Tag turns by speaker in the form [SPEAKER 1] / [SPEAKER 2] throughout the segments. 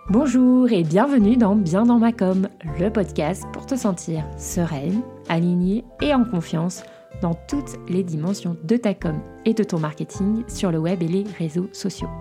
[SPEAKER 1] Bonjour et bienvenue dans Bien dans ma com, le podcast pour te sentir sereine, alignée et en confiance dans toutes les dimensions de ta com et de ton marketing sur le web et les réseaux sociaux.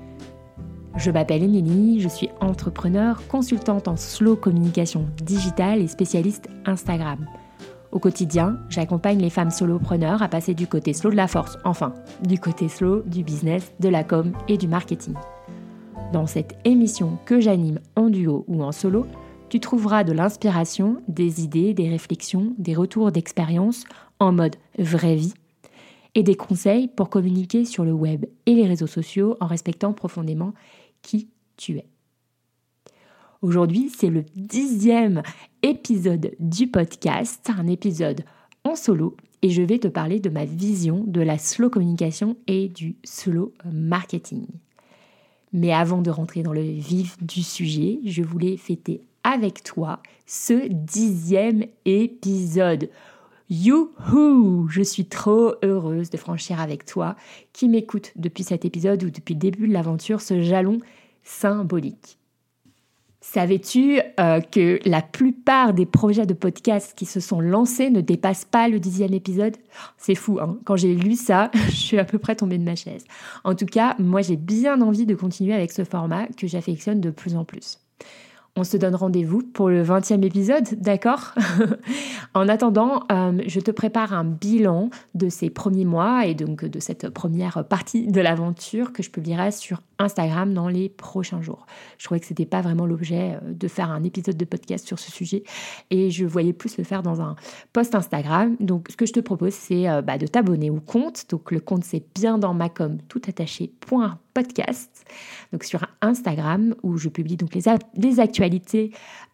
[SPEAKER 1] Je m'appelle Émilie, je suis entrepreneur, consultante en slow communication digitale et spécialiste Instagram. Au quotidien, j'accompagne les femmes solopreneurs à passer du côté slow de la force, enfin, du côté slow du business, de la com et du marketing. Dans cette émission que j'anime en duo ou en solo, tu trouveras de l'inspiration, des idées, des réflexions, des retours d'expérience en mode vraie vie et des conseils pour communiquer sur le web et les réseaux sociaux en respectant profondément qui tu es. Aujourd'hui, c'est le 10e épisode du podcast, un épisode en solo, et je vais te parler de ma vision de la slow communication et du slow marketing. Mais avant de rentrer dans le vif du sujet, je voulais fêter avec toi ce 10e épisode. Youhou! Je suis trop heureuse de franchir avec toi, qui m'écoute depuis cet épisode ou depuis le début de l'aventure, ce jalon symbolique. Savais-tu que la plupart des projets de podcast qui se sont lancés ne dépassent pas le 10e épisode ? C'est fou, hein ? Quand j'ai lu ça, je suis à peu près tombée de ma chaise. En tout cas, moi j'ai bien envie de continuer avec ce format que j'affectionne de plus en plus. On se donne rendez-vous pour le 20e épisode, d'accord ? En attendant, je te prépare un bilan de ces premiers mois et donc de cette première partie de l'aventure que je publierai sur Instagram dans les prochains jours. Je trouvais que c'était pas vraiment l'objet de faire un épisode de podcast sur ce sujet et je voyais plus le faire dans un post Instagram. Donc ce que je te propose, c'est de t'abonner au compte. Donc le compte, c'est bien dans ma com tout attaché .podcast. Donc sur Instagram où je publie donc les actualités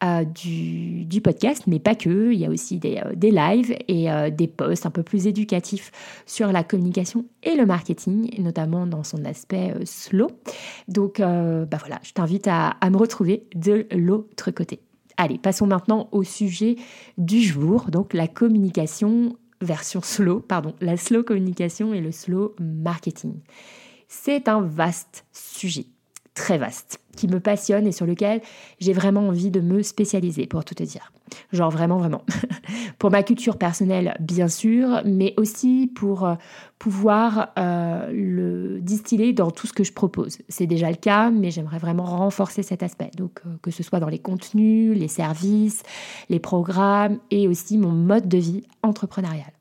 [SPEAKER 1] du podcast, mais pas que. Il y a aussi des lives et des posts un peu plus éducatifs sur la communication et le marketing, et notamment dans son aspect slow. Donc voilà, je t'invite à me retrouver de l'autre côté. Allez, passons maintenant au sujet du jour, donc la communication version slow, la slow communication et le slow marketing. C'est un vaste sujet, très vaste, qui me passionne et sur lequel j'ai vraiment envie de me spécialiser, pour tout te dire. Genre vraiment. Pour ma culture personnelle, bien sûr, mais aussi pour pouvoir le distiller dans tout ce que je propose. C'est déjà le cas, mais j'aimerais vraiment renforcer cet aspect. Donc, que ce soit dans les contenus, les services, les programmes et aussi mon mode de vie entrepreneurial.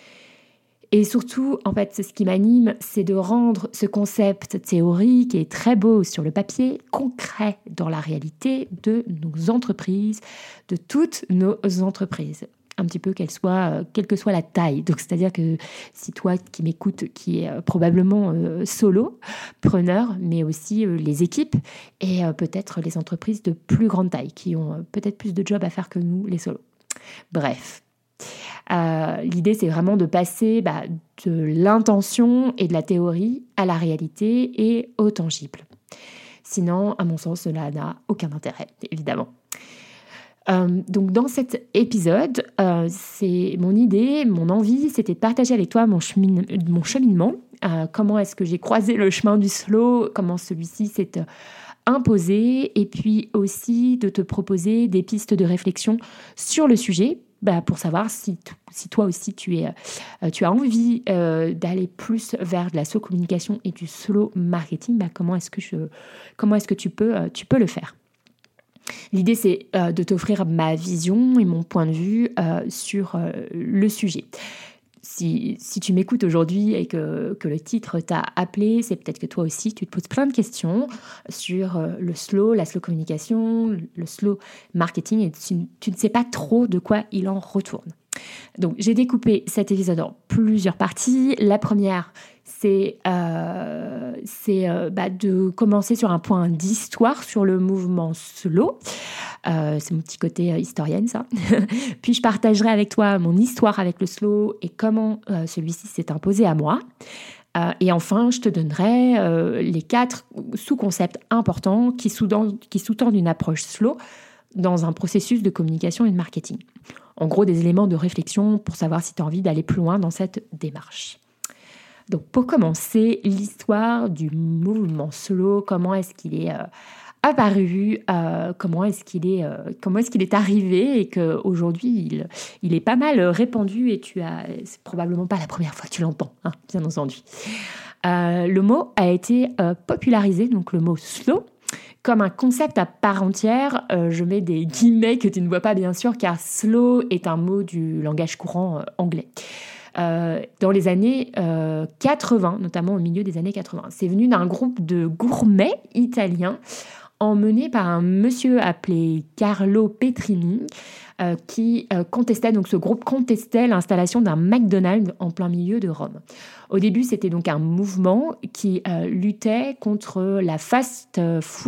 [SPEAKER 1] Et surtout, en fait, ce qui m'anime, c'est de rendre ce concept théorique qui est très beau sur le papier, concret dans la réalité de nos entreprises, de toutes nos entreprises. Un petit peu quelle que soit la taille. Donc, c'est-à-dire que si toi qui m'écoutes, qui est probablement solo, preneur, mais aussi les équipes et peut-être les entreprises de plus grande taille qui ont peut-être plus de jobs à faire que nous, les solos. Bref. L'idée, c'est vraiment de passer de l'intention et de la théorie à la réalité et au tangible. Sinon, à mon sens, cela n'a aucun intérêt, évidemment. Donc dans cet épisode, c'est mon idée, mon envie, c'était de partager avec toi mon cheminement, comment est-ce que j'ai croisé le chemin du slow, comment celui-ci s'est imposé, et puis aussi de te proposer des pistes de réflexion sur le sujet, pour savoir si toi aussi tu as envie d'aller plus vers de la slow communication et du slow marketing, comment est-ce que tu peux le faire. L'idée, c'est de t'offrir ma vision et mon point de vue sur le sujet. Si tu m'écoutes aujourd'hui et que le titre t'a appelé, c'est peut-être que toi aussi, tu te poses plein de questions sur le slow, la slow communication, le slow marketing, et tu ne sais pas trop de quoi il en retourne. Donc, j'ai découpé cet épisode en plusieurs parties. La première, c'est de commencer sur un point d'histoire sur le mouvement slow. C'est mon petit côté historienne, ça. Puis, je partagerai avec toi mon histoire avec le slow et comment celui-ci s'est imposé à moi. Et enfin, je te donnerai les 4 sous-concepts importants qui sous-tendent une approche slow dans un processus de communication et de marketing. En gros, des éléments de réflexion pour savoir si tu as envie d'aller plus loin dans cette démarche. Donc, pour commencer, l'histoire du mouvement slow, comment est-ce qu'il est apparu, comment est-ce qu'il est arrivé et qu'aujourd'hui il est pas mal répandu et c'est probablement pas la première fois que tu l'entends, hein, bien entendu. Le mot a été popularisé, donc le mot slow, comme un concept à part entière. Je mets des guillemets que tu ne vois pas bien sûr, car slow est un mot du langage courant anglais. Dans les années 80, notamment au milieu des années 80. C'est venu d'un groupe de gourmets italiens emmené par un monsieur appelé Carlo Petrini, qui contestait, donc ce groupe contestait l'installation d'un McDonald's en plein milieu de Rome. Au début, c'était donc un mouvement qui luttait contre le fast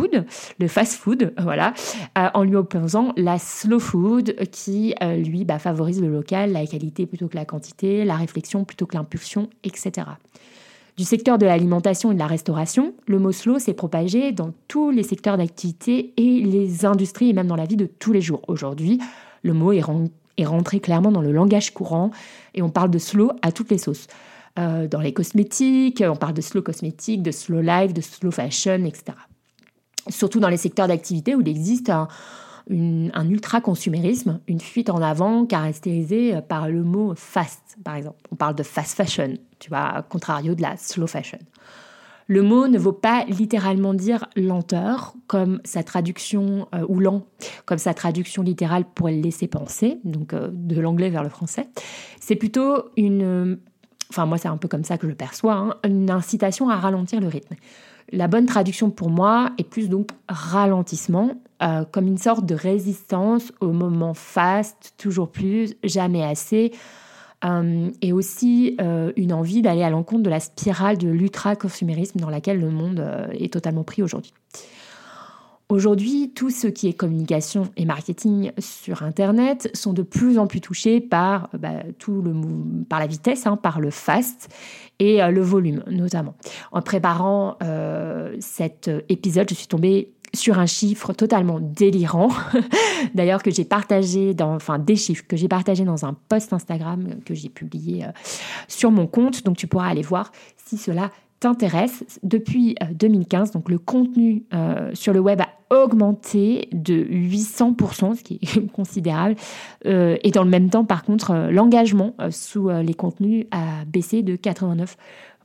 [SPEAKER 1] food, voilà, en lui opposant la slow food qui, lui, favorise le local, la qualité plutôt que la quantité, la réflexion plutôt que l'impulsion, etc. Du secteur de l'alimentation et de la restauration, le mot slow s'est propagé dans tous les secteurs d'activité et les industries et même dans la vie de tous les jours. Aujourd'hui, le mot est rentré clairement dans le langage courant et on parle de slow à toutes les sauces. Dans les cosmétiques, on parle de slow cosmétique, de slow life, de slow fashion, etc. Surtout dans les secteurs d'activité où il existe un ultra-consumérisme, une fuite en avant caractérisée par le mot fast, par exemple. On parle de fast fashion, tu vois, à contrario de la slow fashion. Le mot ne vaut pas littéralement dire lenteur, comme sa traduction, ou lent, comme sa traduction littérale pourrait le laisser penser, donc de l'anglais vers le français. C'est plutôt moi c'est un peu comme ça que je le perçois, une incitation à ralentir le rythme. La bonne traduction pour moi est plus donc ralentissement, comme une sorte de résistance au moment fast, toujours plus, jamais assez, et aussi une envie d'aller à l'encontre de la spirale de l'ultra-consumérisme dans laquelle le monde est totalement pris aujourd'hui. Aujourd'hui, tout ce qui est communication et marketing sur Internet sont de plus en plus touchés par la vitesse, par le fast et le volume notamment. En préparant cet épisode, je suis tombée sur un chiffre totalement délirant, d'ailleurs que j'ai partagé des chiffres que j'ai partagés dans un post Instagram que j'ai publié sur mon compte, donc tu pourras aller voir si cela t'intéresse. Depuis 2015, donc le contenu sur le web a augmenté de 800%, ce qui est considérable, et dans le même temps, par contre, l'engagement sous les contenus a baissé de 89%.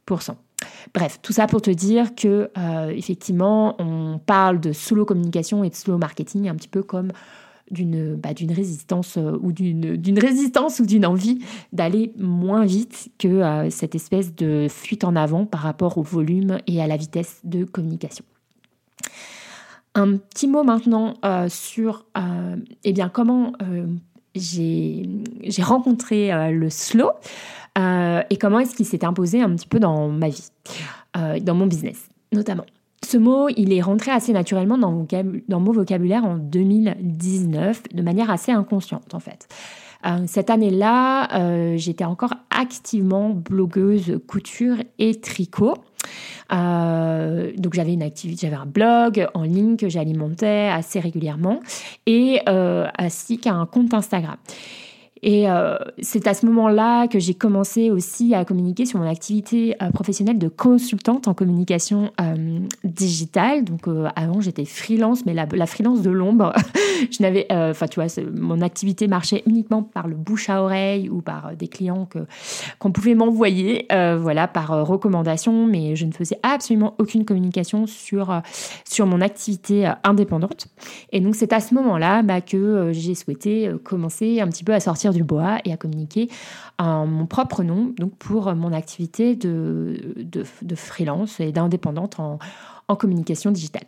[SPEAKER 1] Bref, tout ça pour te dire que effectivement, on parle de slow communication et de slow marketing un petit peu comme d'une résistance ou d'une envie d'aller moins vite que cette espèce de fuite en avant par rapport au volume et à la vitesse de communication. Un petit mot maintenant sur comment j'ai rencontré le slow et comment est-ce qu'il s'est imposé un petit peu dans ma vie, dans mon business notamment. Ce mot, il est rentré assez naturellement dans mon vocabulaire en 2019, de manière assez inconsciente en fait. Cette année-là, j'étais encore activement blogueuse couture et tricot. Donc j'avais j'avais un blog en ligne que j'alimentais assez régulièrement et ainsi qu'un compte Instagram. Et c'est à ce moment-là que j'ai commencé aussi à communiquer sur mon activité professionnelle de consultante en communication digitale. Donc avant, j'étais freelance, mais la freelance de l'ombre. Je n'avais, mon activité marchait uniquement par le bouche à oreille ou par des clients qu'on pouvait m'envoyer, par recommandation, mais je ne faisais absolument aucune communication sur mon activité indépendante. Et donc c'est à ce moment-là que j'ai souhaité commencer un petit peu à sortir du bois et à communiquer en mon propre nom, donc pour mon activité de freelance et d'indépendante en communication digitale.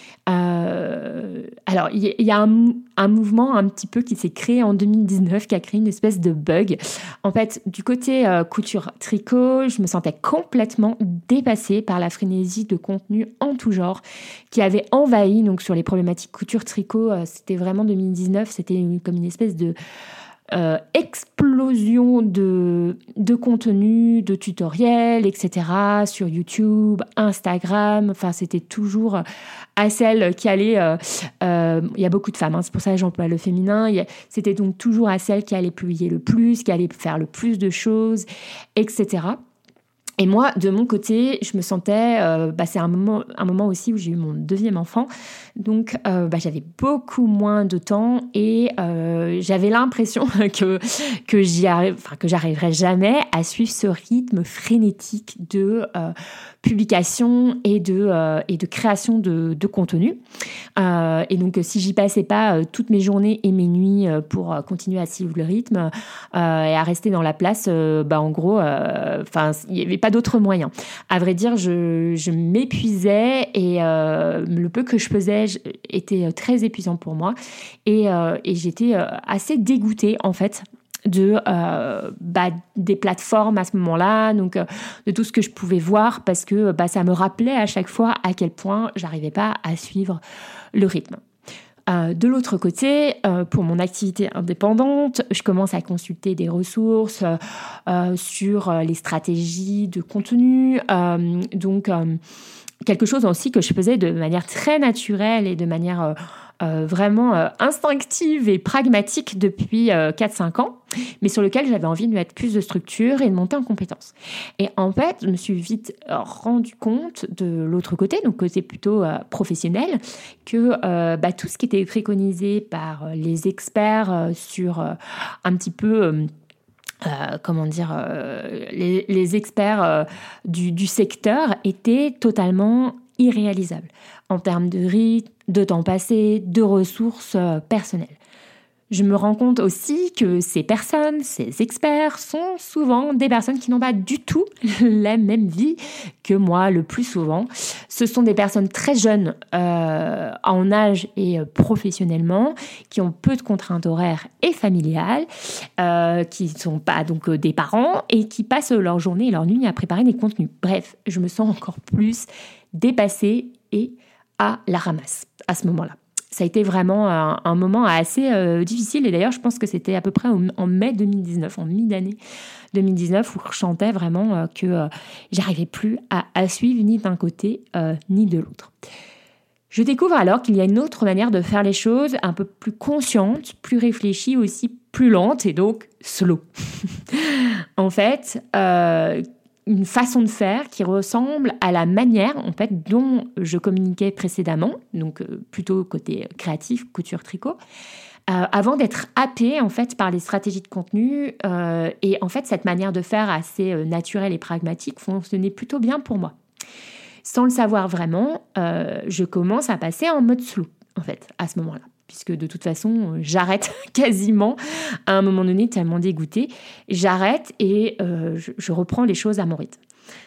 [SPEAKER 1] Alors, il y a un mouvement un petit peu qui s'est créé en 2019, qui a créé une espèce de bug. En fait, du côté couture-tricot, je me sentais complètement dépassée par la frénésie de contenu en tout genre qui avait envahi donc, sur les problématiques couture-tricot. C'était vraiment 2019, c'était comme une espèce de explosion de contenu, de tutoriels, etc. sur YouTube, Instagram. Enfin, c'était toujours à celle qui allait... il y a beaucoup de femmes, c'est pour ça que j'emploie le féminin. C'était donc toujours à celle qui allait publier le plus, qui allait faire le plus de choses, etc. Et moi, de mon côté, je me sentais... c'est un moment aussi où j'ai eu mon deuxième enfant. Donc, j'avais beaucoup moins de temps et j'avais l'impression que j'arriverais jamais à suivre ce rythme frénétique de publication et de création de contenu. Et donc, si j'y passais pas toutes mes journées et mes nuits pour continuer à suivre le rythme et à rester dans la place, en gros, il n'y avait pas d'autre moyen. À vrai dire, je m'épuisais et le peu que je faisais était très épuisant pour moi. Et j'étais assez dégoûtée, en fait, des plateformes à ce moment-là, donc de tout ce que je pouvais voir, parce que ça me rappelait à chaque fois à quel point j'arrivais pas à suivre le rythme. De l'autre côté, pour mon activité indépendante, je commence à consulter des ressources sur les stratégies de contenu. Quelque chose aussi que je faisais de manière très naturelle et de manière vraiment instinctive et pragmatique depuis 4-5 ans, mais sur lequel j'avais envie de mettre plus de structure et de monter en compétences. Et en fait, je me suis vite rendu compte de l'autre côté, donc côté plutôt professionnel, que tout ce qui était préconisé par les experts sur un petit peu... les experts du secteur étaient totalement irréalisables en termes de rythme, de temps passé, de ressources personnelles. Je me rends compte aussi que ces personnes, ces experts, sont souvent des personnes qui n'ont pas du tout la même vie que moi, le plus souvent. Ce sont des personnes très jeunes en âge et professionnellement, qui ont peu de contraintes horaires et familiales, qui ne sont pas donc des parents et qui passent leur journée et leur nuit à préparer des contenus. Bref, je me sens encore plus dépassée et à la ramasse à ce moment-là. Ça a été vraiment un moment assez difficile. Et d'ailleurs, je pense que c'était à peu près en mai 2019, en mi-d'année 2019, où je sentais vraiment que j'arrivais plus à suivre ni d'un côté ni de l'autre. Je découvre alors qu'il y a une autre manière de faire les choses, un peu plus consciente, plus réfléchie, aussi plus lente et donc slow. En fait... une façon de faire qui ressemble à la manière en fait dont je communiquais précédemment, donc plutôt côté créatif, couture, tricot, avant d'être happée en fait par les stratégies de contenu et en fait cette manière de faire assez naturelle et pragmatique fonctionnait plutôt bien pour moi. Sans le savoir vraiment, je commence à passer en mode slow en fait à ce moment-là. Puisque de toute façon, j'arrête quasiment à un moment donné, tellement dégoûtée. J'arrête et je reprends les choses à mon rythme.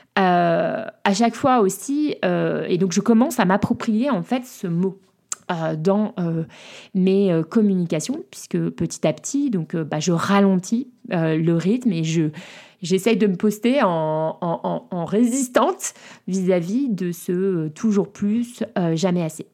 [SPEAKER 1] À chaque fois aussi, et donc je commence à m'approprier en fait ce mot dans mes communications, puisque petit à petit, donc je ralentis le rythme et j'essaye de me poster en résistante vis-à-vis de ce toujours plus, jamais assez.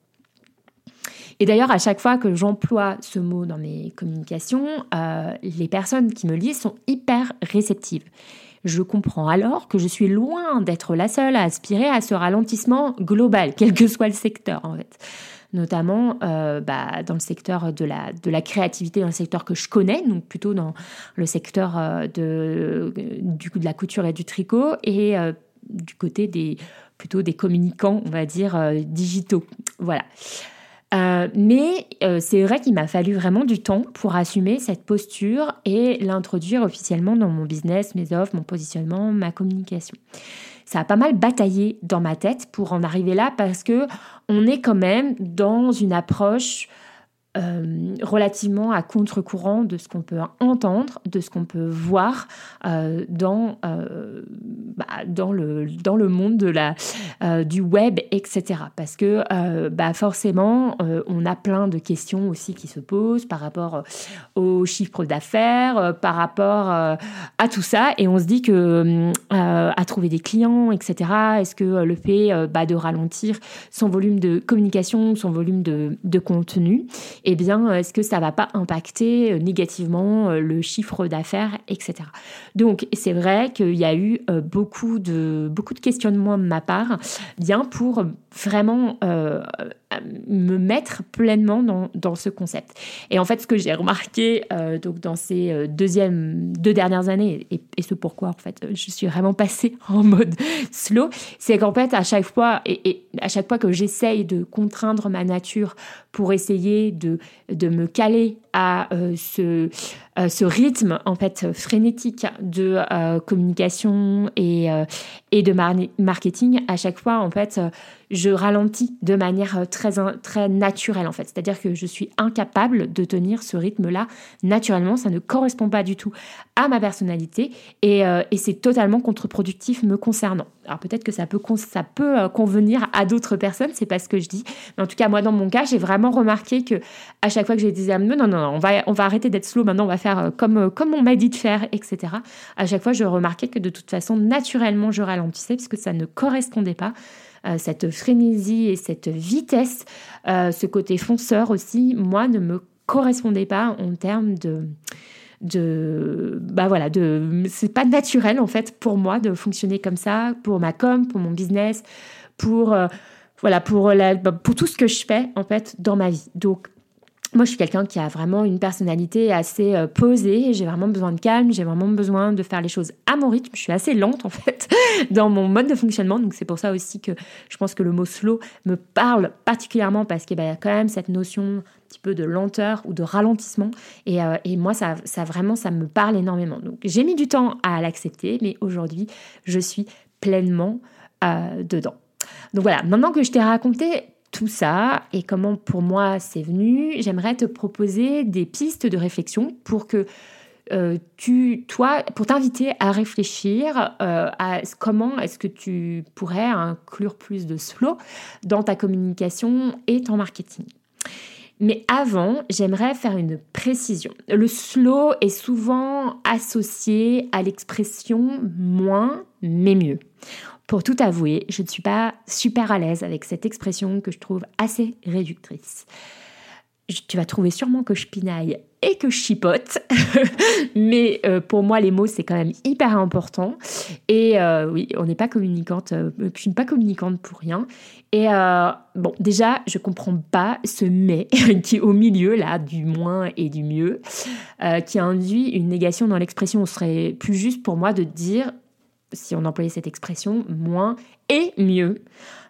[SPEAKER 1] Et d'ailleurs, à chaque fois que j'emploie ce mot dans mes communications, les personnes qui me lisent sont hyper réceptives. Je comprends alors que je suis loin d'être la seule à aspirer à ce ralentissement global, quel que soit le secteur en fait. Notamment dans le secteur de la créativité, dans le secteur que je connais, donc plutôt dans le secteur de la couture et du tricot, et du côté plutôt des communicants, on va dire, digitaux. Voilà. Mais c'est vrai qu'il m'a fallu vraiment du temps pour assumer cette posture et l'introduire officiellement dans mon business, mes offres, mon positionnement, ma communication. Ça a pas mal bataillé dans ma tête pour en arriver là parce que on est quand même dans une approche relativement à contre-courant de ce qu'on peut entendre, de ce qu'on peut voir dans le monde du web, etc. Parce que forcément, on a plein de questions aussi qui se posent par rapport aux chiffres d'affaires, par rapport à tout ça. Et on se dit que à trouver des clients, etc., est-ce que le fait de ralentir son volume de communication, son volume de contenu, eh bien, est-ce que ça ne va pas impacter négativement le chiffre d'affaires, etc. Donc, c'est vrai qu'il y a eu beaucoup de questionnements de ma part, bien pour vraiment me mettre pleinement dans ce concept. Et en fait, ce que j'ai remarqué donc dans ces deux dernières années, et ce pourquoi en fait je suis vraiment passée en mode slow, c'est qu'en fait à chaque fois que j'essaye de contraindre ma nature pour essayer de me caler à ce rythme en fait frénétique de communication et de marketing, à chaque fois en fait je ralentis de manière très naturelle en fait. C'est-à-dire que je suis incapable de tenir ce rythme-là naturellement. Ça ne correspond pas du tout à ma personnalité et c'est totalement contre-productif me concernant. Alors peut-être que ça peut convenir à d'autres personnes, c'est pas ce que je dis. Mais en tout cas, moi dans mon cas, j'ai vraiment remarqué que à chaque fois que je disais non, on va arrêter d'être slow, maintenant on va faire comme on m'a dit de faire, etc. À chaque fois, je remarquais que de toute façon, naturellement, je ralentissais parce que ça ne correspondait pas. Cette frénésie et cette vitesse, ce côté fonceur aussi, moi, ne me correspondait pas en termes c'est pas naturel en fait pour moi de fonctionner comme ça, pour ma com, pour mon business, pour tout ce que je fais en fait dans ma vie. Donc moi, je suis quelqu'un qui a vraiment une personnalité assez posée. J'ai vraiment besoin de calme. J'ai vraiment besoin de faire les choses à mon rythme. Je suis assez lente, en fait, dans mon mode de fonctionnement. Donc, c'est pour ça aussi que je pense que le mot slow me parle particulièrement parce qu'il y a quand même cette notion un petit peu de lenteur ou de ralentissement. Et moi, ça me parle énormément. Donc, j'ai mis du temps à l'accepter, mais aujourd'hui, je suis pleinement dedans. Donc, voilà. Maintenant que je t'ai raconté tout ça et comment pour moi c'est venu, j'aimerais te proposer des pistes de réflexion pour que pour t'inviter à réfléchir à comment est-ce que tu pourrais inclure plus de slow dans ta communication et ton marketing. Mais avant, j'aimerais faire une précision. Le slow est souvent associé à l'expression moins mais mieux. Pour tout avouer, je ne suis pas super à l'aise avec cette expression que je trouve assez réductrice. Tu vas trouver sûrement que je pinaille et que je chipote, mais pour moi, les mots, c'est quand même hyper important. Et oui, on n'est pas communicante, je suis pas communicante pour rien. Et déjà, je comprends pas ce « mais » qui est au milieu, là, du moins et du mieux, qui induit une négation dans l'expression. Ce serait plus juste pour moi de dire, si on employait cette expression, moins et mieux,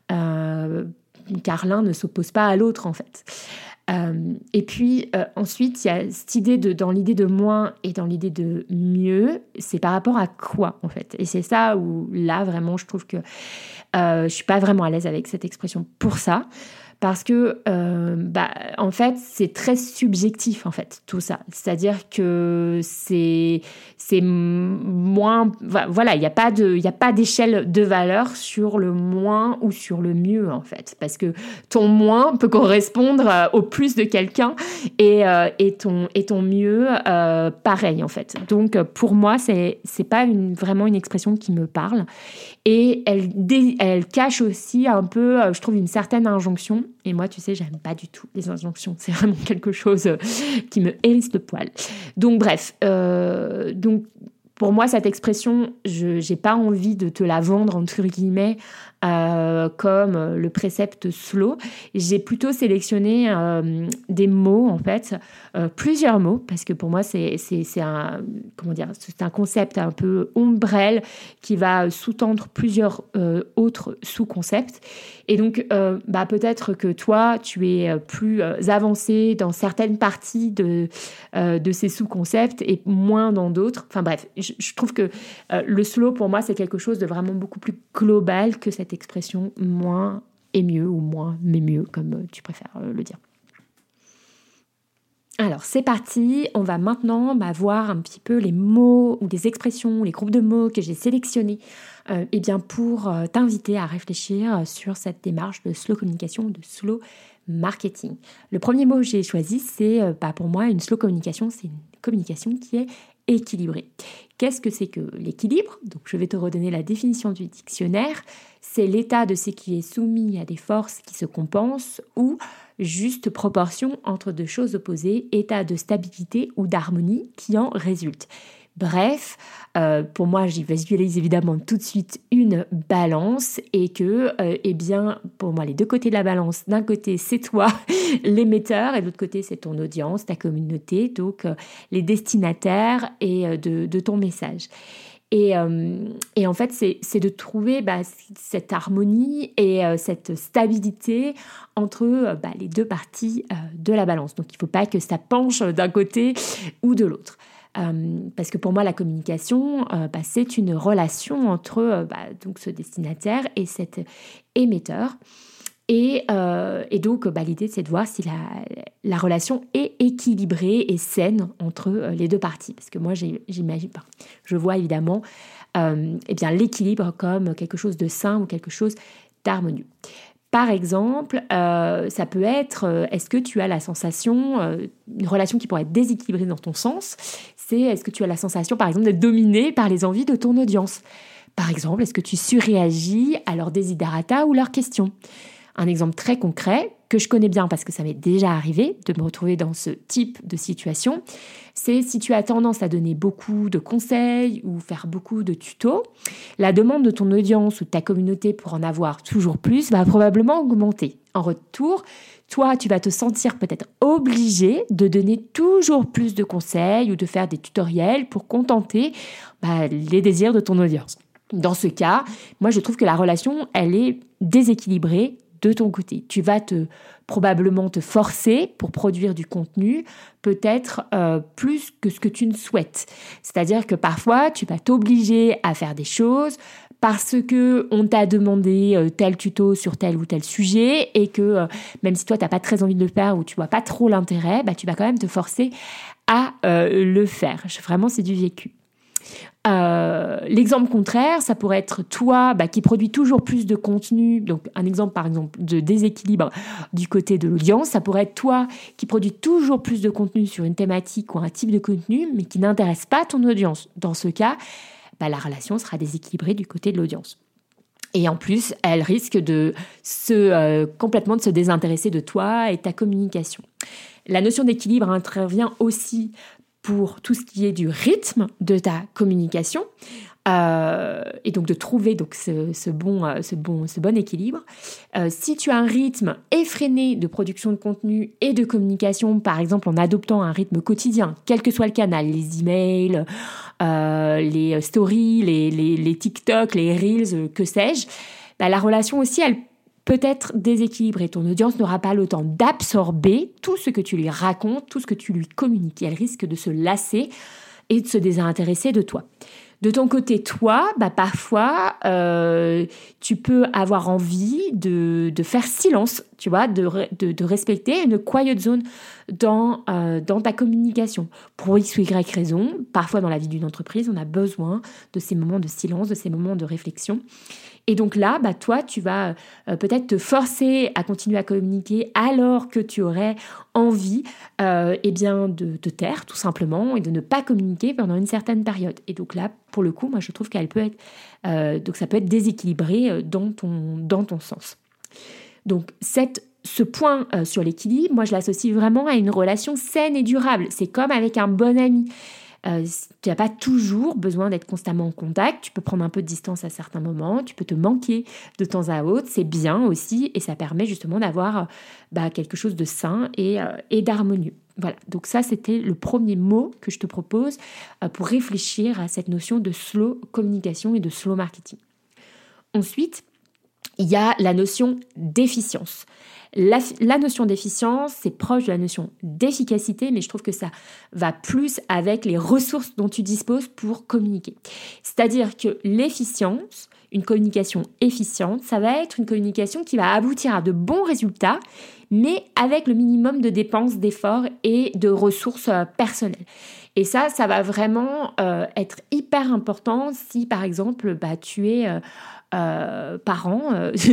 [SPEAKER 1] car l'un ne s'oppose pas à l'autre en fait. Et puis ensuite, il y a cette idée dans l'idée de moins et dans l'idée de mieux, c'est par rapport à quoi en fait. Et c'est ça où là vraiment je trouve que je suis pas vraiment à l'aise avec cette expression pour ça. Parce que, en fait, c'est très subjectif, en fait, tout ça. C'est-à-dire que c'est moins... Voilà, il n'y a pas d'échelle de valeur sur le moins ou sur le mieux, en fait. Parce que ton moins peut correspondre au plus de quelqu'un et ton mieux, pareil, en fait. Donc, pour moi, c'est pas vraiment une expression qui me parle. Et elle cache aussi un peu, je trouve, une certaine injonction. Et moi, tu sais, j'aime pas du tout les injonctions. C'est vraiment quelque chose qui me hérisse le poil. Donc, bref. Donc, pour moi, cette expression, j'ai pas envie de te la vendre, entre guillemets, comme le précepte slow. J'ai plutôt sélectionné des mots, en fait, plusieurs mots, parce que pour moi, c'est un concept un peu ombrelle qui va sous-tendre plusieurs autres sous-concepts. Et donc, peut-être que toi, tu es plus avancé dans certaines parties de ces sous-concepts et moins dans d'autres. Enfin bref, je trouve que le slow, pour moi, c'est quelque chose de vraiment beaucoup plus global que cette expression moins et mieux ou moins mais mieux, comme tu préfères le dire. Alors, c'est parti. On va maintenant voir un petit peu les mots ou les expressions, les groupes de mots que j'ai sélectionnés pour t'inviter à réfléchir sur cette démarche de slow communication, de slow marketing. Le premier mot que j'ai choisi, c'est pour moi une slow communication, c'est une communication qui est équilibrée. Qu'est-ce que c'est que l'équilibre ? Donc, je vais te redonner la définition du dictionnaire. C'est l'état de ce qui est soumis à des forces qui se compensent ou juste proportion entre deux choses opposées, état de stabilité ou d'harmonie qui en résulte. Bref, pour moi, j'y visualise évidemment tout de suite une balance et que, pour moi, les deux côtés de la balance, d'un côté, c'est toi, l'émetteur, et de l'autre côté, c'est ton audience, ta communauté, donc les destinataires et de ton message. Et en fait, c'est de trouver cette harmonie et cette stabilité entre les deux parties de la balance. Donc, il ne faut pas que ça penche d'un côté ou de l'autre. Parce que pour moi, la communication, c'est une relation entre donc ce destinataire et cet émetteur. Et donc, l'idée, c'est de voir si la relation est équilibrée et saine entre les deux parties. Parce que moi, je vois évidemment l'équilibre comme quelque chose de sain ou quelque chose d'harmonieux. Par exemple, ça peut être, est-ce que tu as la sensation, une relation qui pourrait être déséquilibrée dans ton sens, c'est est-ce que tu as la sensation, par exemple, d'être dominé par les envies de ton audience ? Par exemple, est-ce que tu surréagis à leurs desiderata ou leurs questions ? Un exemple très concret, que je connais bien parce que ça m'est déjà arrivé de me retrouver dans ce type de situation, c'est si tu as tendance à donner beaucoup de conseils ou faire beaucoup de tutos, la demande de ton audience ou de ta communauté pour en avoir toujours plus va probablement augmenter. En retour, toi, tu vas te sentir peut-être obligé de donner toujours plus de conseils ou de faire des tutoriels pour contenter les désirs de ton audience. Dans ce cas, moi, je trouve que la relation, elle est déséquilibrée de ton côté. Tu vas probablement te forcer pour produire du contenu, peut-être plus que ce que tu ne souhaites. C'est-à-dire que parfois, tu vas t'obliger à faire des choses parce que on t'a demandé tel tuto sur tel ou tel sujet et que même si toi, tu n'as pas très envie de le faire ou tu vois pas trop l'intérêt, tu vas quand même te forcer à le faire. Vraiment, c'est du vécu. L'exemple contraire, ça pourrait être toi qui produis toujours plus de contenu. Donc un exemple par exemple de déséquilibre du côté de l'audience, ça pourrait être toi qui produis toujours plus de contenu sur une thématique ou un type de contenu mais qui n'intéresse pas ton audience. Dans ce cas, la relation sera déséquilibrée du côté de l'audience. Et en plus, elle risque de complètement de se désintéresser de toi et ta communication. La notion d'équilibre intervient aussi pour tout ce qui est du rythme de ta communication et donc de trouver ce bon équilibre. Si tu as un rythme effréné de production de contenu et de communication, par exemple en adoptant un rythme quotidien, quel que soit le canal, les emails, les stories, les TikTok, les Reels, que sais-je, la relation aussi, elle peut être déséquilibrée. Ton audience n'aura pas le temps d'absorber tout ce que tu lui racontes, tout ce que tu lui communiques. Elle risque de se lasser et de se désintéresser de toi. De ton côté, toi, parfois, tu peux avoir envie de faire silence, tu vois, de respecter une quiet zone dans ta communication. Pour X ou Y raison, parfois dans la vie d'une entreprise, on a besoin de ces moments de silence, de ces moments de réflexion. Et donc là, toi, tu vas peut-être te forcer à continuer à communiquer alors que tu aurais envie de te taire tout simplement et de ne pas communiquer pendant une certaine période. Et donc là, pour le coup, moi, je trouve qu'elle peut être, donc ça peut être déséquilibré dans ton sens. Donc ce point sur l'équilibre, moi, je l'associe vraiment à une relation saine et durable. C'est comme avec un bon ami. Tu n'as pas toujours besoin d'être constamment en contact, tu peux prendre un peu de distance à certains moments, tu peux te manquer de temps à autre, c'est bien aussi et ça permet justement d'avoir quelque chose de sain et d'harmonieux. Voilà, donc ça c'était le premier mot que je te propose pour réfléchir à cette notion de slow communication et de slow marketing. Ensuite, il y a la notion d'efficience. La notion d'efficience, c'est proche de la notion d'efficacité, mais je trouve que ça va plus avec les ressources dont tu disposes pour communiquer. C'est-à-dire que l'efficience, une communication efficiente, ça va être une communication qui va aboutir à de bons résultats, mais avec le minimum de dépenses, d'efforts et de ressources personnelles. Et ça va vraiment être hyper important si, par exemple, tu es parent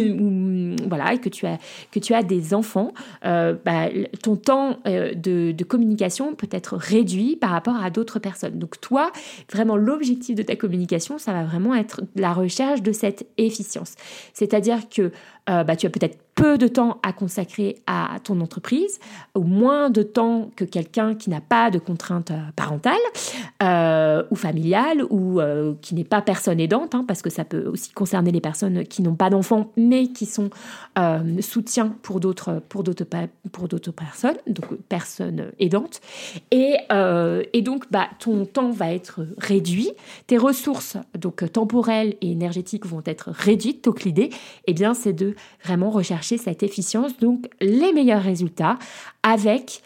[SPEAKER 1] et que tu as des enfants, ton temps de communication peut être réduit par rapport à d'autres personnes. Donc toi, vraiment l'objectif de ta communication, ça va vraiment être la recherche de cette efficience. C'est-à-dire que tu as peut-être peu de temps à consacrer à ton entreprise, ou moins de temps que quelqu'un qui n'a pas de contraintes parentales ou familiales, ou qui n'est pas personne aidante, parce que ça peut aussi concerner les personnes qui n'ont pas d'enfants, mais qui sont soutien pour d'autres personnes, donc personnes aidantes. Et donc, ton temps va être réduit, tes ressources donc temporelles et énergétiques vont être réduites. Donc l'idée, c'est de vraiment rechercher cette efficience, donc les meilleurs résultats avec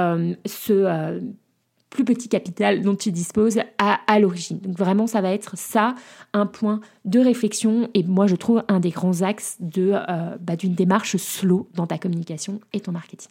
[SPEAKER 1] ce plus petit capital dont tu disposes à l'origine. Donc vraiment, ça va être ça, un point de réflexion et moi, je trouve un des grands axes d'une démarche slow dans ta communication et ton marketing.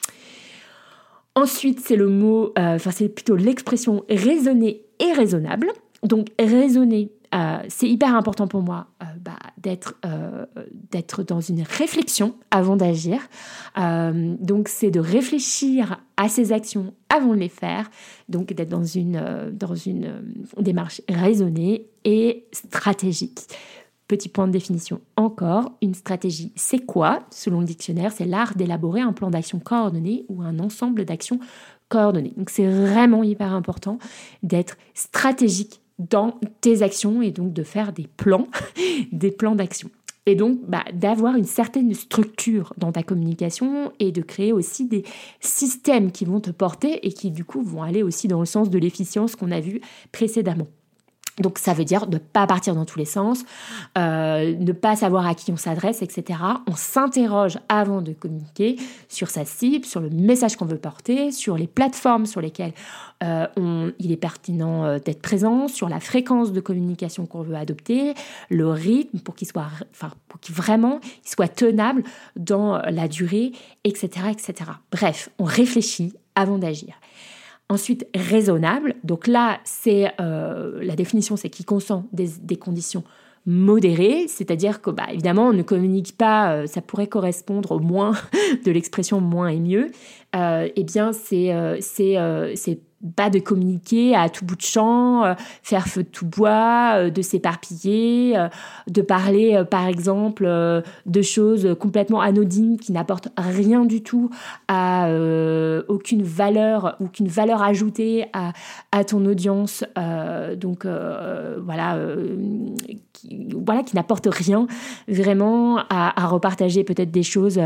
[SPEAKER 1] Ensuite, c'est plutôt l'expression raisonner et raisonnable. Donc raisonner, c'est hyper important pour moi d'être dans une réflexion avant d'agir. Donc, c'est de réfléchir à ses actions avant de les faire. Donc, d'être dans une démarche raisonnée et stratégique. Petit point de définition encore, une stratégie, c'est quoi? Selon le dictionnaire, c'est l'art d'élaborer un plan d'action coordonné ou un ensemble d'actions coordonnées. Donc, c'est vraiment hyper important d'être stratégique dans tes actions et donc de faire des plans d'action. Et donc, d'avoir une certaine structure dans ta communication et de créer aussi des systèmes qui vont te porter et qui, du coup, vont aller aussi dans le sens de l'efficience qu'on a vu précédemment. Donc, ça veut dire ne pas partir dans tous les sens, ne pas savoir à qui on s'adresse, etc. On s'interroge avant de communiquer sur sa cible, sur le message qu'on veut porter, sur les plateformes sur lesquelles il est pertinent d'être présent, sur la fréquence de communication qu'on veut adopter, le rythme pour qu'il soit tenable dans la durée, etc., etc. Bref, on réfléchit avant d'agir. Ensuite, raisonnable. Donc là, c'est la définition, c'est qui consent des conditions modérées, c'est-à-dire que, évidemment, on ne communique pas, ça pourrait correspondre au moins de l'expression moins et mieux. C'est pas de communiquer à tout bout de champ, faire feu de tout bois, de s'éparpiller, de parler, par exemple, de choses complètement anodines qui n'apportent rien du tout à aucune valeur ajoutée à ton audience, qui n'apportent rien vraiment à repartager peut-être des choses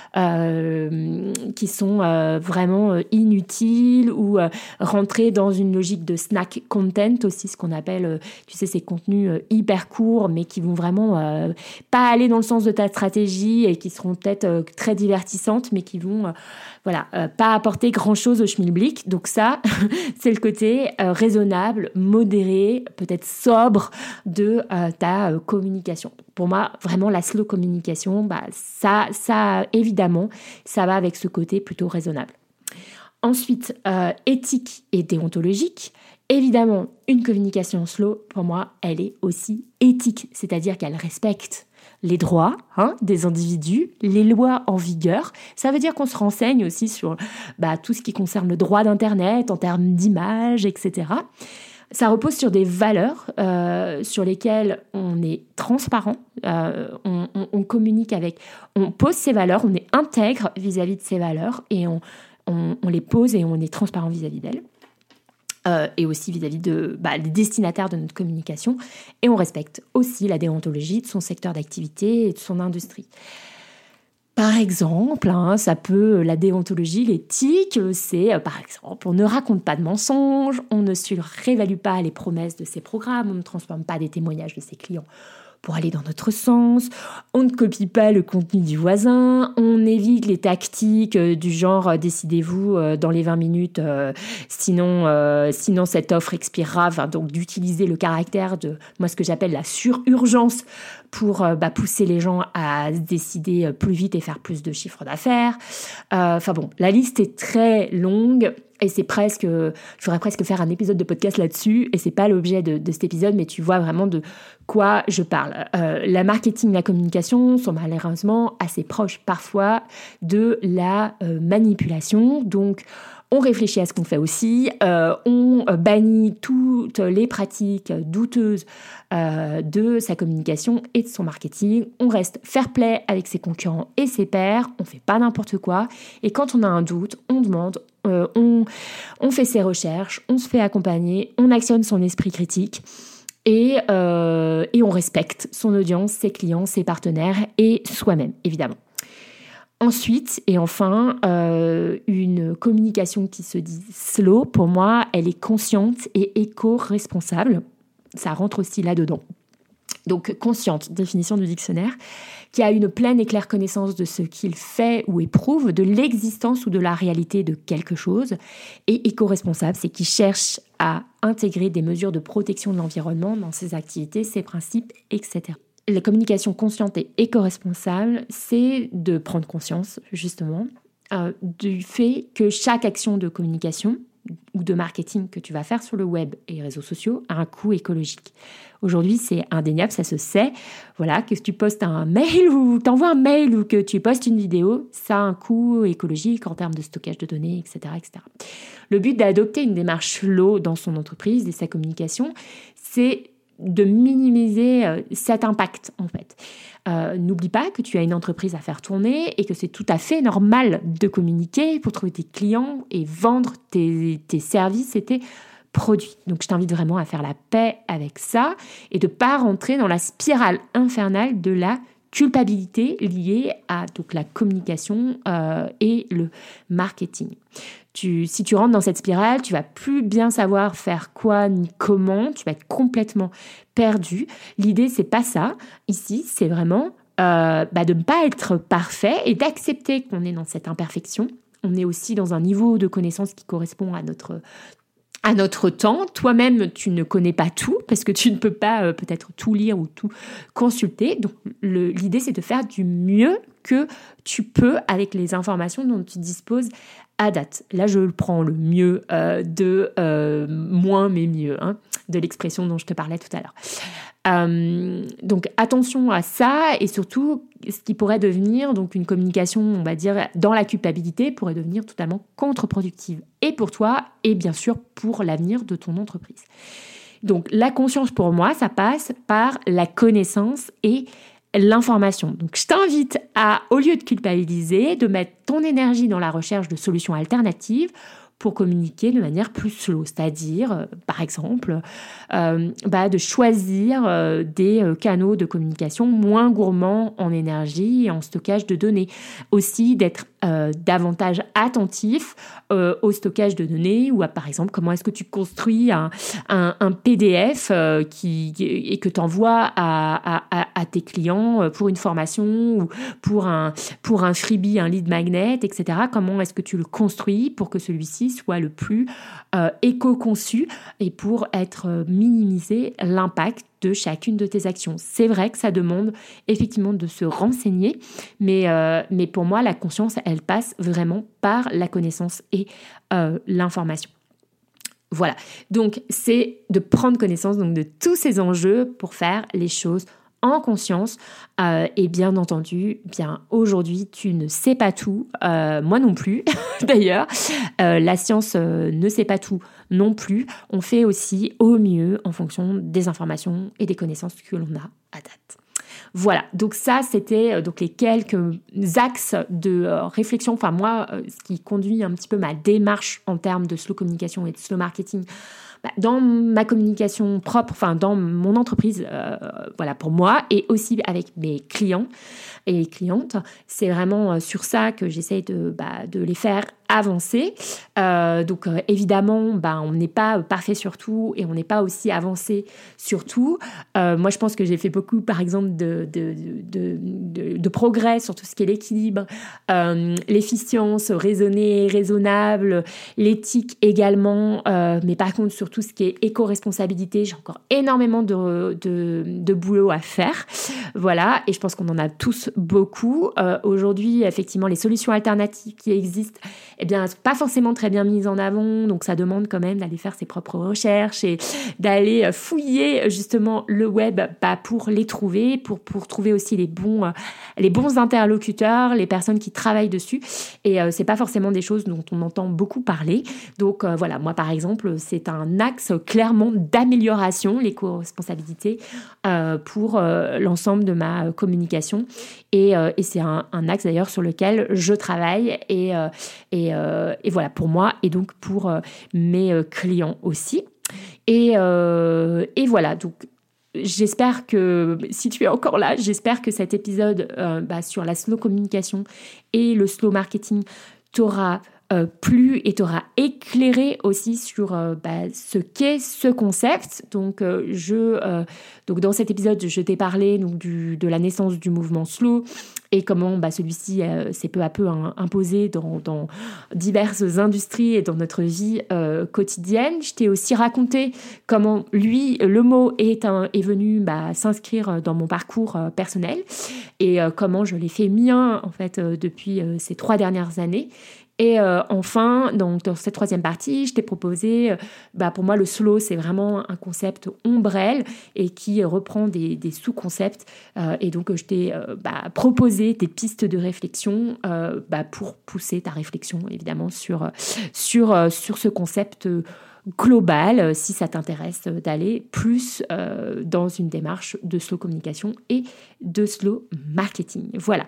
[SPEAKER 1] qui sont vraiment inutiles ou rentrer dans une logique de snack content aussi, ce qu'on appelle, ces contenus hyper courts, mais qui vont vraiment pas aller dans le sens de ta stratégie et qui seront peut-être très divertissantes, mais qui vont pas apporter grand-chose au schmilblick. Donc ça, c'est le côté raisonnable, modéré, peut-être sobre de ta communication. Pour moi, vraiment, la slow communication, ça évidemment, ça va avec ce côté plutôt raisonnable. Ensuite, éthique et déontologique. Évidemment, une communication slow, pour moi, elle est aussi éthique, c'est-à-dire qu'elle respecte les droits des individus, les lois en vigueur. Ça veut dire qu'on se renseigne aussi sur tout ce qui concerne le droit d'Internet, en termes d'image, etc. Ça repose sur des valeurs sur lesquelles on est transparent, on communique avec, on pose ses valeurs, on est intègre vis-à-vis de ces valeurs et on les pose et on est transparent vis-à-vis d'elles. Et aussi vis-à-vis des destinataires de notre communication. Et on respecte aussi la déontologie de son secteur d'activité et de son industrie. Par exemple, la déontologie, l'éthique, c'est par exemple, on ne raconte pas de mensonges, on ne surévalue pas les promesses de ses programmes, on ne transforme pas des témoignages de ses clients pour aller dans notre sens, on ne copie pas le contenu du voisin, on évite les tactiques du genre décidez-vous dans les 20 minutes, sinon cette offre expirera, donc d'utiliser le caractère de moi ce que j'appelle la sururgence pour pousser les gens à se décider plus vite et faire plus de chiffre d'affaires. La liste est très longue. Et il faudrait presque faire un épisode de podcast là-dessus, et c'est pas l'objet de cet épisode, mais tu vois vraiment de quoi je parle. La marketing, la communication sont malheureusement assez proches parfois de la manipulation, donc On réfléchit à ce qu'on fait aussi, on bannit toutes les pratiques douteuses de sa communication et de son marketing. On reste fair-play avec ses concurrents et ses pairs, on fait pas n'importe quoi. Et quand on a un doute, on demande, on fait ses recherches, on se fait accompagner, on actionne son esprit critique et on respecte son audience, ses clients, ses partenaires et soi-même, évidemment. Ensuite, et enfin, une communication qui se dit slow, pour moi, elle est consciente et éco-responsable. Ça rentre aussi là-dedans. Donc, consciente, définition du dictionnaire, qui a une pleine et claire connaissance de ce qu'il fait ou éprouve, de l'existence ou de la réalité de quelque chose. Et éco-responsable, c'est qui cherche à intégrer des mesures de protection de l'environnement dans ses activités, ses principes, etc. La communication consciente et éco-responsable, c'est de prendre conscience, justement, du fait que chaque action de communication ou de marketing que tu vas faire sur le web et les réseaux sociaux a un coût écologique. Aujourd'hui, c'est indéniable, ça se sait. Voilà, que tu postes un mail ou t'envoies un mail ou que tu postes une vidéo, ça a un coût écologique en termes de stockage de données, etc., etc. Le but d'adopter une démarche slow dans son entreprise et sa communication, c'est de minimiser cet impact, en fait. N'oublie pas que tu as une entreprise à faire tourner et que c'est tout à fait normal de communiquer pour trouver tes clients et vendre tes services et tes produits. Donc, je t'invite vraiment à faire la paix avec ça et de ne pas rentrer dans la spirale infernale de la culpabilité liée à donc, la communication et le marketing. Si tu rentres dans cette spirale, tu vas plus bien savoir faire quoi ni comment, tu vas être complètement perdu. L'idée, c'est pas ça. Ici, c'est vraiment de ne pas être parfait et d'accepter qu'on est dans cette imperfection. On est aussi dans un niveau de connaissance qui correspond à notre temps. Toi-même, tu ne connais pas tout parce que tu ne peux pas peut-être tout lire ou tout consulter. Donc, l'idée, c'est de faire du mieux que tu peux avec les informations dont tu disposes à date. Là, je prends le mieux de moins mais mieux, de l'expression dont je te parlais tout à l'heure. Donc, attention à ça et surtout, ce qui pourrait devenir donc une communication, on va dire, dans la culpabilité, pourrait devenir totalement contre-productive. Et pour toi, et bien sûr pour l'avenir de ton entreprise. Donc, la conscience pour moi, ça passe par la connaissance et l'information. Donc, je t'invite à, au lieu de culpabiliser, de mettre ton énergie dans la recherche de solutions alternatives pour communiquer de manière plus slow, c'est-à-dire, par exemple, de choisir des canaux de communication moins gourmands en énergie et en stockage de données. Aussi, d'être davantage attentif au stockage de données ou à, par exemple, comment est-ce que tu construis un PDF et que tu envoies à tes clients pour une formation ou pour un freebie, un lead magnet, etc. Comment est-ce que tu le construis pour que celui-ci soit le plus éco-conçu et pour minimiser l'impact de chacune de tes actions. C'est vrai que ça demande effectivement de se renseigner, mais pour moi, la conscience, elle passe vraiment par la connaissance et l'information. Voilà, donc c'est de prendre connaissance donc, de tous ces enjeux pour faire les choses en conscience. Et bien entendu, aujourd'hui, tu ne sais pas tout, moi non plus d'ailleurs. La science ne sait pas tout non plus. On fait aussi au mieux en fonction des informations et des connaissances que l'on a à date. Voilà, donc ça, c'était donc les quelques axes de réflexion. Enfin, moi, ce qui conduit un petit peu ma démarche en termes de slow communication et de slow marketing dans ma communication propre, dans mon entreprise, pour moi, et aussi avec mes clients et clientes. C'est vraiment sur ça que j'essaie de les faire avancer. Donc évidemment, on n'est pas parfait sur tout et on n'est pas aussi avancé sur tout. Moi, je pense que j'ai fait beaucoup, par exemple, de progrès sur tout ce qui est l'équilibre, l'efficience, raisonnable, l'éthique également. Mais par contre, sur tout ce qui est éco-responsabilité, j'ai encore énormément de boulot à faire. Voilà, et je pense qu'on en a tous beaucoup. Aujourd'hui, effectivement, les solutions alternatives qui existent, sont pas forcément très très bien mises en avant, donc ça demande quand même d'aller faire ses propres recherches et d'aller fouiller justement le web pour les trouver, pour trouver aussi les bons interlocuteurs, les personnes qui travaillent dessus. Et c'est pas forcément des choses dont on entend beaucoup parler. Donc voilà, moi par exemple, c'est un axe clairement d'amélioration, l'éco-responsabilité, pour l'ensemble de ma communication. Et c'est un axe d'ailleurs sur lequel je travaille et voilà, pour moi et donc pour mes clients aussi. Et voilà, donc j'espère que, si tu es encore là, j'espère que cet épisode sur la slow communication et le slow marketing t'aura plu et t'aura éclairé aussi sur ce qu'est ce concept. Donc, donc dans cet épisode, je t'ai parlé donc, de la naissance du mouvement slow et comment celui-ci s'est peu à peu imposé dans diverses industries et dans notre vie quotidienne. Je t'ai aussi raconté comment le mot est venu s'inscrire dans mon parcours personnel et comment je l'ai fait mien en fait depuis ces 3 dernières années. Et enfin, donc, dans cette 3e partie, je t'ai proposé, pour moi, le slow, c'est vraiment un concept ombrelle et qui reprend des sous-concepts. Et donc, je t'ai proposé des pistes de réflexion pour pousser ta réflexion, évidemment, sur ce concept global, si ça t'intéresse d'aller plus dans une démarche de slow communication et de slow marketing. Voilà.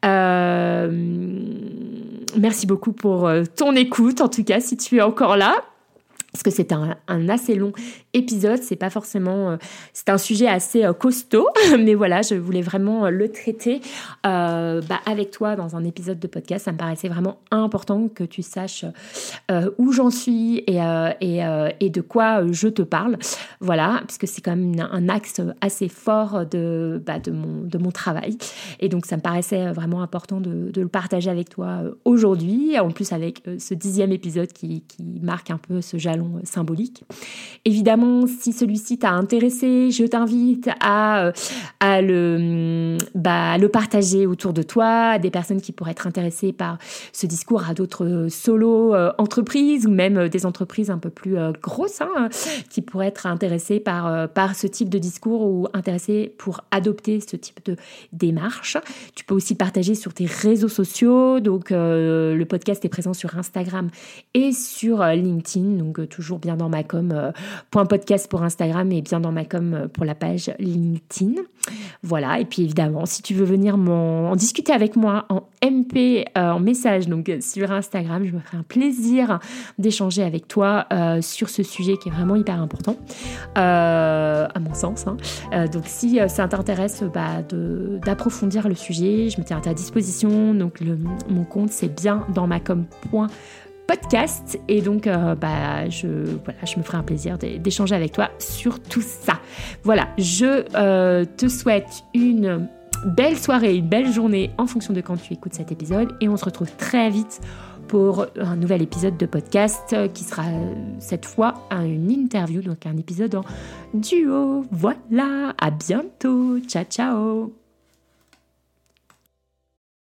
[SPEAKER 1] Merci beaucoup pour ton écoute, en tout cas, si tu es encore là. Parce que c'est un assez long épisode, c'est pas forcément... c'est un sujet assez costaud, mais voilà, je voulais vraiment le traiter avec toi dans un épisode de podcast. Ça me paraissait vraiment important que tu saches où j'en suis et de quoi je te parle. Voilà, puisque c'est quand même un axe assez fort de mon travail. Et donc, ça me paraissait vraiment important de le partager avec toi aujourd'hui, en plus avec ce 10e épisode qui marque un peu ce jalon symbolique. Évidemment, si celui-ci t'a intéressé, je t'invite à le partager autour de toi, à des personnes qui pourraient être intéressées par ce discours, à d'autres solo entreprises ou même des entreprises un peu plus grosses qui pourraient être intéressées par ce type de discours ou intéressées pour adopter ce type de démarche. Tu peux aussi le partager sur tes réseaux sociaux. Donc, le podcast est présent sur Instagram et sur LinkedIn. Donc, toujours bien dans ma com, .podcast pour Instagram et bien dans ma com pour la page LinkedIn. Voilà, et puis évidemment, si tu veux venir en discuter avec moi en MP, en message, donc sur Instagram, je me ferai un plaisir d'échanger avec toi sur ce sujet qui est vraiment hyper important, à mon sens. Donc si ça t'intéresse d'approfondir le sujet, je me tiens à ta disposition. Donc mon compte, c'est bien dans ma com.podcast et donc je me ferai un plaisir d'échanger avec toi sur tout ça. Voilà, je te souhaite une belle soirée, une belle journée en fonction de quand tu écoutes cet épisode et on se retrouve très vite pour un nouvel épisode de podcast qui sera cette fois une interview, donc un épisode en duo. Voilà, à bientôt, ciao ciao.